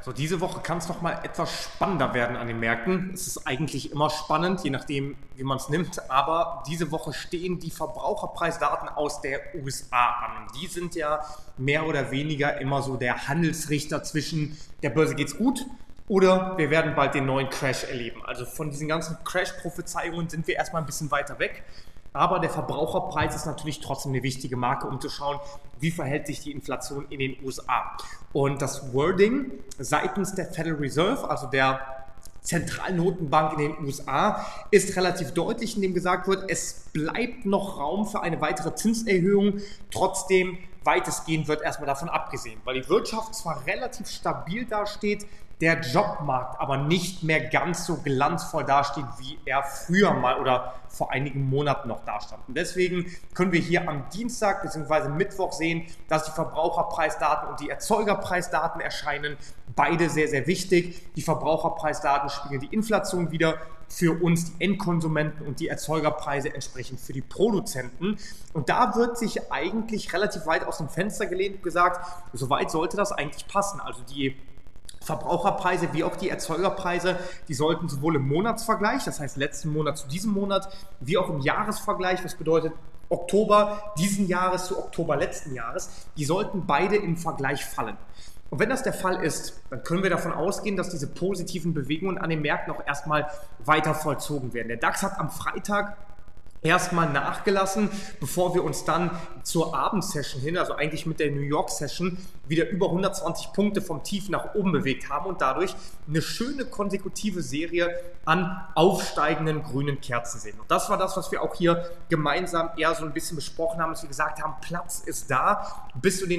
So, diese Woche kann es noch mal etwas spannender werden an den Märkten. Es ist eigentlich immer spannend, je nachdem, wie man es nimmt. Aber diese Woche stehen die Verbraucherpreisdaten aus der USA an. Die sind ja mehr oder weniger immer so der Handelsrichter zwischen der Börse geht's gut oder wir werden bald den neuen Crash erleben. Also von diesen ganzen Crash-Prophezeiungen sind wir erstmal ein bisschen weiter weg. Aber der Verbraucherpreis ist natürlich trotzdem eine wichtige Marke, um zu schauen, wie verhält sich die Inflation in den USA. Und das Wording seitens der Federal Reserve, also der Zentralnotenbank in den USA, ist relativ deutlich, indem gesagt wird, es bleibt noch Raum für eine weitere Zinserhöhung. Trotzdem weitestgehend wird erstmal davon abgesehen, weil die Wirtschaft zwar relativ stabil dasteht, der Jobmarkt aber nicht mehr ganz so glanzvoll dasteht, wie er früher mal oder vor einigen Monaten noch dastand. Und deswegen können wir hier am Dienstag bzw. Mittwoch sehen, dass die Verbraucherpreisdaten und die Erzeugerpreisdaten erscheinen. Beide sehr, sehr wichtig. Die Verbraucherpreisdaten spiegeln die Inflation wider für uns, die Endkonsumenten, und die Erzeugerpreise entsprechend für die Produzenten. Und da wird sich eigentlich relativ weit aus dem Fenster gelehnt und gesagt, soweit sollte das eigentlich passen. Also die Verbraucherpreise wie auch die Erzeugerpreise, die sollten sowohl im Monatsvergleich, das heißt letzten Monat zu diesem Monat, wie auch im Jahresvergleich, was bedeutet Oktober diesen Jahres zu Oktober letzten Jahres, die sollten beide im Vergleich fallen. Und wenn das der Fall ist, dann können wir davon ausgehen, dass diese positiven Bewegungen an den Märkten auch erstmal weiter vollzogen werden. Der DAX hat am Freitag erstmal nachgelassen, bevor wir uns dann zur Abendsession hin, also eigentlich mit der New York Session, wieder über 120 Punkte vom Tief nach oben bewegt haben und dadurch eine schöne konsekutive Serie an aufsteigenden grünen Kerzen sehen. Und das war das, was wir auch hier gemeinsam eher so ein bisschen besprochen haben, dass wir gesagt haben, Platz ist da bis zu den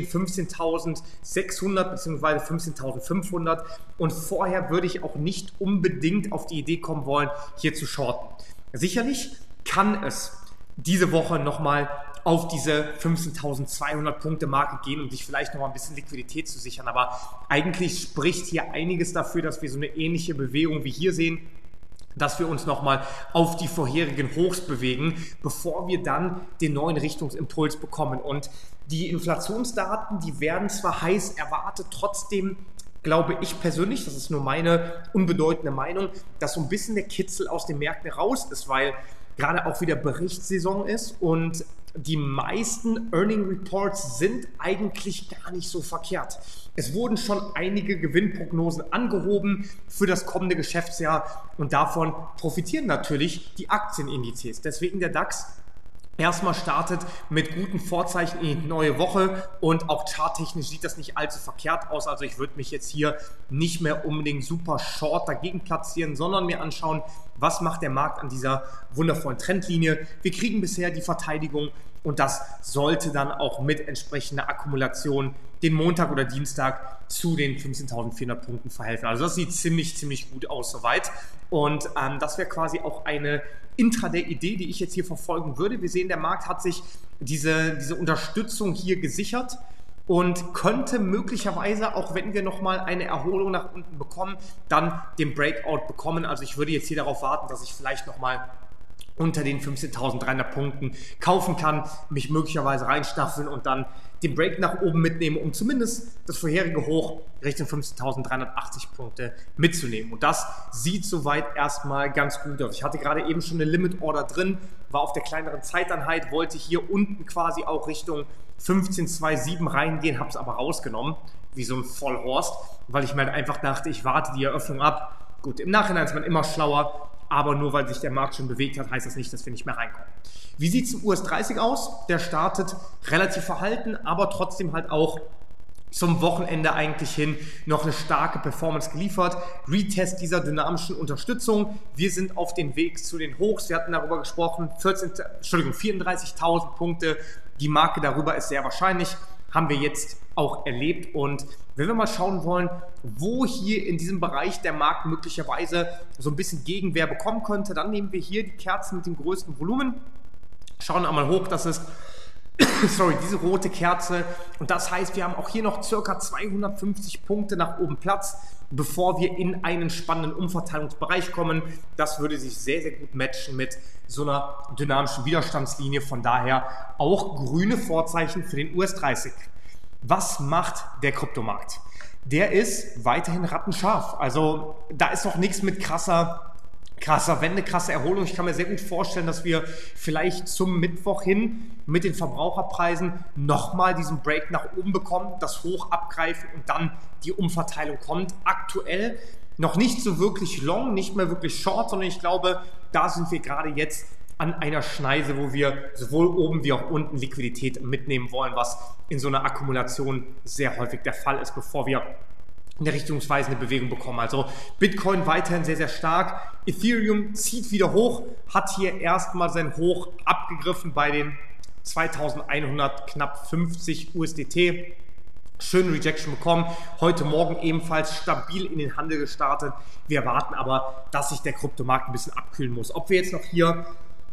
15.600 bzw. 15.500 und vorher würde ich auch nicht unbedingt auf die Idee kommen wollen, hier zu shorten. Sicherlich kann es diese Woche nochmal auf diese 15.200 Punkte Marke gehen, um sich vielleicht nochmal ein bisschen Liquidität zu sichern. Aber eigentlich spricht hier einiges dafür, dass wir so eine ähnliche Bewegung wie hier sehen, dass wir uns nochmal auf die vorherigen Hochs bewegen, bevor wir dann den neuen Richtungsimpuls bekommen. Und die Inflationsdaten, die werden zwar heiß erwartet, trotzdem glaube ich persönlich, das ist nur meine unbedeutende Meinung, dass so ein bisschen der Kitzel aus den Märkten raus ist, weil gerade auch wieder Berichtssaison ist und die meisten Earning Reports sind eigentlich gar nicht so verkehrt. Es wurden schon einige Gewinnprognosen angehoben für das kommende Geschäftsjahr und davon profitieren natürlich die Aktienindizes. Deswegen der DAX erstmal startet mit guten Vorzeichen in die neue Woche und auch charttechnisch sieht das nicht allzu verkehrt aus. Also ich würde mich jetzt hier nicht mehr unbedingt super short dagegen platzieren, sondern mir anschauen, was macht der Markt an dieser wundervollen Trendlinie. Wir kriegen bisher die Verteidigung und das sollte dann auch mit entsprechender Akkumulation den Montag oder Dienstag zu den 15.400 Punkten verhelfen. Also das sieht ziemlich gut aus soweit. Und das wäre quasi auch eine Intraday-Idee, die ich jetzt hier verfolgen würde. Wir sehen, der Markt hat sich diese Unterstützung hier gesichert und könnte möglicherweise, auch wenn wir nochmal eine Erholung nach unten bekommen, dann den Breakout bekommen. Also ich würde jetzt hier darauf warten, dass ich vielleicht nochmal unter den 15.300 Punkten kaufen kann, mich möglicherweise reinstaffeln und dann den Break nach oben mitnehmen, um zumindest das vorherige Hoch Richtung 15.380 Punkte mitzunehmen. Und das sieht soweit erstmal ganz gut aus. Ich hatte gerade eben schon eine Limit Order drin, war auf der kleineren Zeiteinheit, wollte hier unten quasi auch Richtung 15.27 reingehen, habe es aber rausgenommen, wie so ein Vollhorst, weil ich mir halt einfach dachte, ich warte die Eröffnung ab. Gut, im Nachhinein ist man immer schlauer, aber nur weil sich der Markt schon bewegt hat, heißt das nicht, dass wir nicht mehr reinkommen. Wie sieht es im US 30 aus? Der startet relativ verhalten, aber trotzdem halt auch zum Wochenende eigentlich hin noch eine starke Performance geliefert. Retest dieser dynamischen Unterstützung. Wir sind auf dem Weg zu den Hochs. Wir hatten darüber gesprochen, 34.000 Punkte. Die Marke darüber ist sehr wahrscheinlich. Haben wir jetzt auch erlebt. Und wenn wir mal schauen wollen, wo hier in diesem Bereich der Markt möglicherweise so ein bisschen Gegenwehr bekommen könnte, dann nehmen wir hier die Kerzen mit dem größten Volumen. Schauen einmal hoch, das ist diese rote Kerze. Und das heißt, wir haben auch hier noch ca. 250 Punkte nach oben Platz, bevor wir in einen spannenden Umverteilungsbereich kommen. Das würde sich sehr, sehr gut matchen mit so einer dynamischen Widerstandslinie. Von daher auch grüne Vorzeichen für den US 30. Was macht der Kryptomarkt? der ist weiterhin rattenscharf. Also da ist noch nichts mit krasser Wende, krasse Erholung. Ich kann mir sehr gut vorstellen, dass wir vielleicht zum Mittwoch hin mit den Verbraucherpreisen nochmal diesen Break nach oben bekommen, das Hoch abgreifen und dann die Umverteilung kommt. Aktuell noch nicht so wirklich long, nicht mehr wirklich short, sondern ich glaube, da sind wir gerade jetzt an einer Schneise, wo wir sowohl oben wie auch unten Liquidität mitnehmen wollen, was in so einer Akkumulation sehr häufig der Fall ist, bevor wir eine richtungsweisende Bewegung bekommen. Also Bitcoin weiterhin sehr, sehr stark. Ethereum zieht wieder hoch, hat hier erstmal sein Hoch abgegriffen bei den 2100 knapp 50 USDT. Schöne Rejection bekommen. Heute Morgen ebenfalls stabil in den Handel gestartet. Wir erwarten aber, dass sich der Kryptomarkt ein bisschen abkühlen muss. Ob wir jetzt noch hier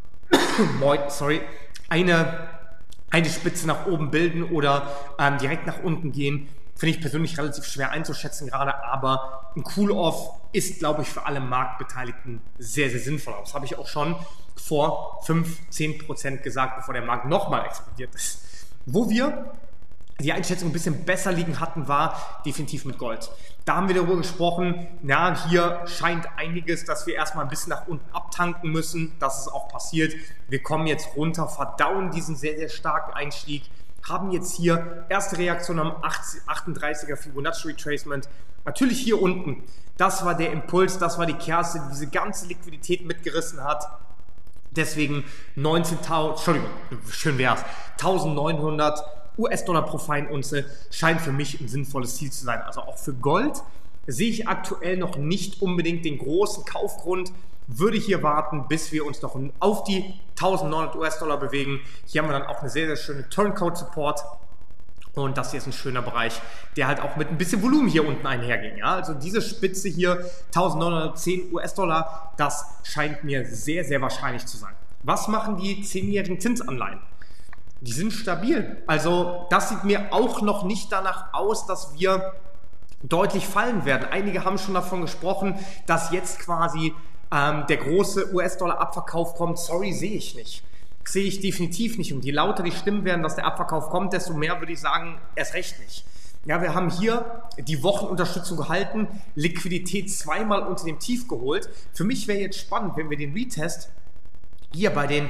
eine Spitze nach oben bilden oder direkt nach unten gehen, finde ich persönlich relativ schwer einzuschätzen gerade, aber ein Cool-Off ist, glaube ich, für alle Marktbeteiligten sehr, sehr sinnvoll. Das habe ich auch schon vor 5-10% gesagt, bevor der Markt nochmal explodiert ist. Wo wir die Einschätzung ein bisschen besser liegen hatten, war definitiv mit Gold. Da haben wir darüber gesprochen, hier scheint einiges, dass wir erstmal ein bisschen nach unten abtanken müssen. Das ist auch passiert. Wir kommen jetzt runter, verdauen diesen sehr, sehr starken Einstieg, haben jetzt hier erste Reaktion am 38er Fibonacci Retracement. Natürlich hier unten, das war der Impuls, das war die Kerze, die diese ganze Liquidität mitgerissen hat. Deswegen 19.900 US-Dollar pro Feinunze scheint für mich ein sinnvolles Ziel zu sein. Also auch für Gold sehe ich aktuell noch nicht unbedingt den großen Kaufgrund, würde hier warten, bis wir uns noch auf die 1900 US-Dollar bewegen. Hier haben wir dann auch eine sehr, sehr schöne Turncode-Support. Und das hier ist ein schöner Bereich, der halt auch mit ein bisschen Volumen hier unten einherging. Ja? Also diese Spitze hier, 1910 US-Dollar, das scheint mir sehr, sehr wahrscheinlich zu sein. Was machen die 10-jährigen Zinsanleihen? Die sind stabil. Also das sieht mir auch noch nicht danach aus, dass wir deutlich fallen werden. Einige haben schon davon gesprochen, dass jetzt quasi der große US-Dollar-Abverkauf kommt. Sorry, sehe ich nicht. Sehe ich definitiv nicht. Und je lauter die Stimmen werden, dass der Abverkauf kommt, desto mehr würde ich sagen, erst recht nicht. Ja, wir haben hier die Wochenunterstützung gehalten, Liquidität zweimal unter dem Tief geholt. Für mich wäre jetzt spannend, wenn wir den Retest hier bei den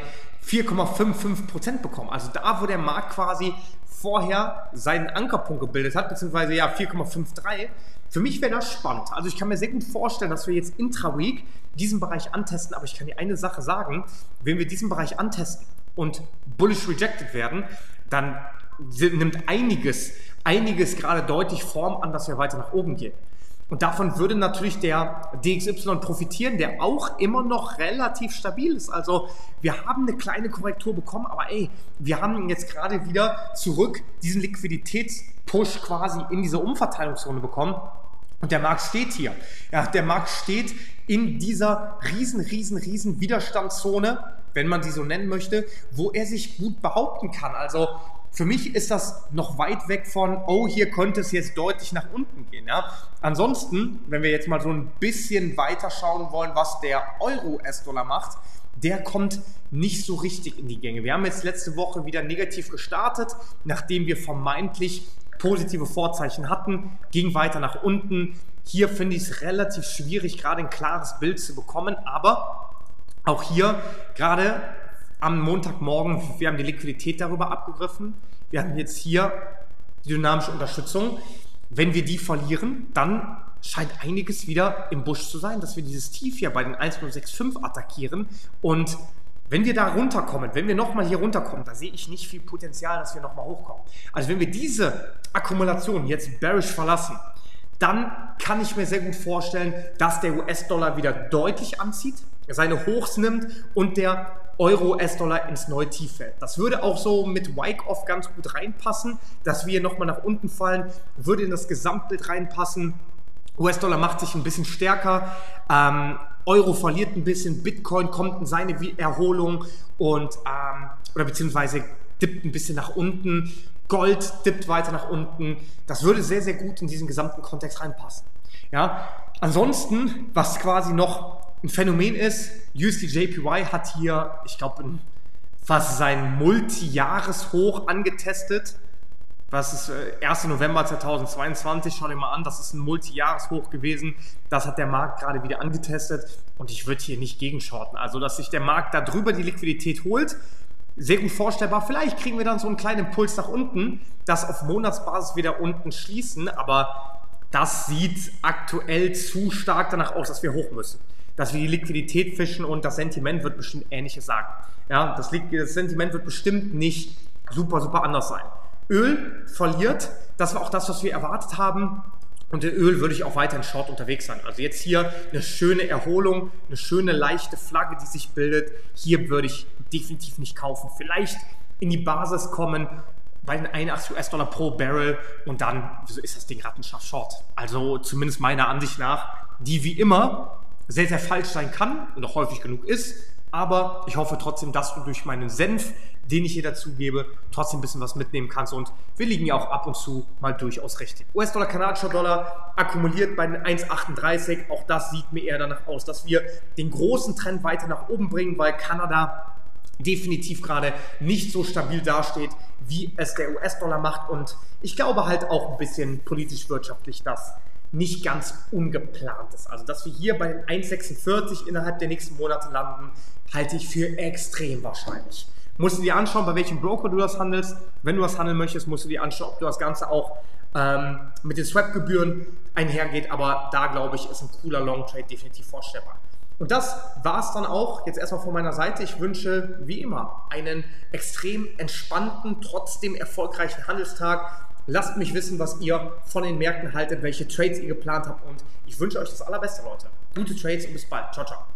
4,55% bekommen. Also da, wo der Markt quasi vorher seinen Ankerpunkt gebildet hat, beziehungsweise 4,53. Für mich wäre das spannend. Also ich kann mir sehr gut vorstellen, dass wir jetzt intra-week diesen Bereich antesten, aber ich kann dir eine Sache sagen, wenn wir diesen Bereich antesten und bullish rejected werden, dann nimmt einiges gerade deutlich Form an, dass wir weiter nach oben gehen. Und davon würde natürlich der DXY profitieren, der auch immer noch relativ stabil ist. Also wir haben eine kleine Korrektur bekommen, aber wir haben jetzt gerade wieder zurück diesen Liquiditätspush quasi in diese Umverteilungszone bekommen. Und der Markt steht hier. Ja, der Markt steht in dieser riesen Widerstandszone, wenn man sie so nennen möchte, wo er sich gut behaupten kann. Also für mich ist das noch weit weg von, hier könnte es jetzt deutlich nach unten gehen. Ja? Ansonsten, wenn wir jetzt mal so ein bisschen weiter schauen wollen, was der Euro-US-Dollar macht, der kommt nicht so richtig in die Gänge. Wir haben jetzt letzte Woche wieder negativ gestartet, nachdem wir vermeintlich positive Vorzeichen hatten, ging weiter nach unten. Hier finde ich es relativ schwierig, gerade ein klares Bild zu bekommen, aber auch hier gerade am Montagmorgen, wir haben die Liquidität darüber abgegriffen. Wir haben jetzt hier die dynamische Unterstützung. Wenn wir die verlieren, dann scheint einiges wieder im Busch zu sein, dass wir dieses Tief hier bei den 1,065 attackieren. Und wenn wir da runterkommen, wenn wir nochmal hier runterkommen, da sehe ich nicht viel Potenzial, dass wir nochmal hochkommen. Also wenn wir diese Akkumulation jetzt bearish verlassen, dann kann ich mir sehr gut vorstellen, dass der US-Dollar wieder deutlich anzieht, seine Hochs nimmt und der Euro-US-Dollar ins neue Tief fällt. Das würde auch so mit Wyckoff ganz gut reinpassen, dass wir nochmal nach unten fallen, würde in das Gesamtbild reinpassen. US-Dollar macht sich ein bisschen stärker, Euro verliert ein bisschen, Bitcoin kommt in seine Erholung und oder beziehungsweise dippt ein bisschen nach unten, Gold dippt weiter nach unten. Das würde sehr, sehr gut in diesen gesamten Kontext reinpassen. Ja? Ansonsten, was quasi noch ein Phänomen ist, USD-JPY hat hier, ich glaube, fast sein Multi-Jahres-Hoch angetestet. Was ist 1. November 2022, schau dir mal an, das ist ein Multi-Jahres-Hoch gewesen. Das hat der Markt gerade wieder angetestet und ich würde hier nicht gegenshorten. Also, dass sich der Markt da drüber die Liquidität holt, sehr gut vorstellbar. Vielleicht kriegen wir dann so einen kleinen Impuls nach unten, das auf Monatsbasis wieder unten schließen, aber das sieht aktuell zu stark danach aus, dass wir hoch müssen. Dass wir die Liquidität fischen und das Sentiment wird bestimmt Ähnliches sagen. Ja, das Sentiment wird bestimmt nicht super anders sein. Öl verliert, das war auch das, was wir erwartet haben. Und in Öl würde ich auch weiter in Short unterwegs sein. Also jetzt hier eine schöne Erholung, eine schöne leichte Flagge, die sich bildet. Hier würde ich definitiv nicht kaufen. Vielleicht in die Basis kommen bei den 81 US-Dollar pro Barrel und dann ist das Ding rattenscharf Short. Also zumindest meiner Ansicht nach, die wie immer sehr falsch sein kann und auch häufig genug ist. Aber ich hoffe trotzdem, dass du durch meinen Senf, den ich hier dazu gebe, trotzdem ein bisschen was mitnehmen kannst. Und wir liegen ja auch ab und zu mal durchaus richtig. US-Dollar, kanadischer Dollar akkumuliert bei den 1,38. Auch das sieht mir eher danach aus, dass wir den großen Trend weiter nach oben bringen, weil Kanada definitiv gerade nicht so stabil dasteht, wie es der US-Dollar macht. Und ich glaube halt auch ein bisschen politisch-wirtschaftlich, dass nicht ganz ungeplant ist. Also, dass wir hier bei den 1,46 innerhalb der nächsten Monate landen, halte ich für extrem wahrscheinlich. Musst du dir anschauen, bei welchem Broker du das handelst. Wenn du das handeln möchtest, musst du dir anschauen, ob du das Ganze auch mit den Swap-Gebühren einhergeht. Aber da, glaube ich, ist ein cooler Long-Trade definitiv vorstellbar. Und das war es dann auch jetzt erstmal von meiner Seite. Ich wünsche, wie immer, einen extrem entspannten, trotzdem erfolgreichen Handelstag. Lasst mich wissen, was ihr von den Märkten haltet, welche Trades ihr geplant habt und ich wünsche euch das Allerbeste, Leute. Gute Trades und bis bald. Ciao, ciao.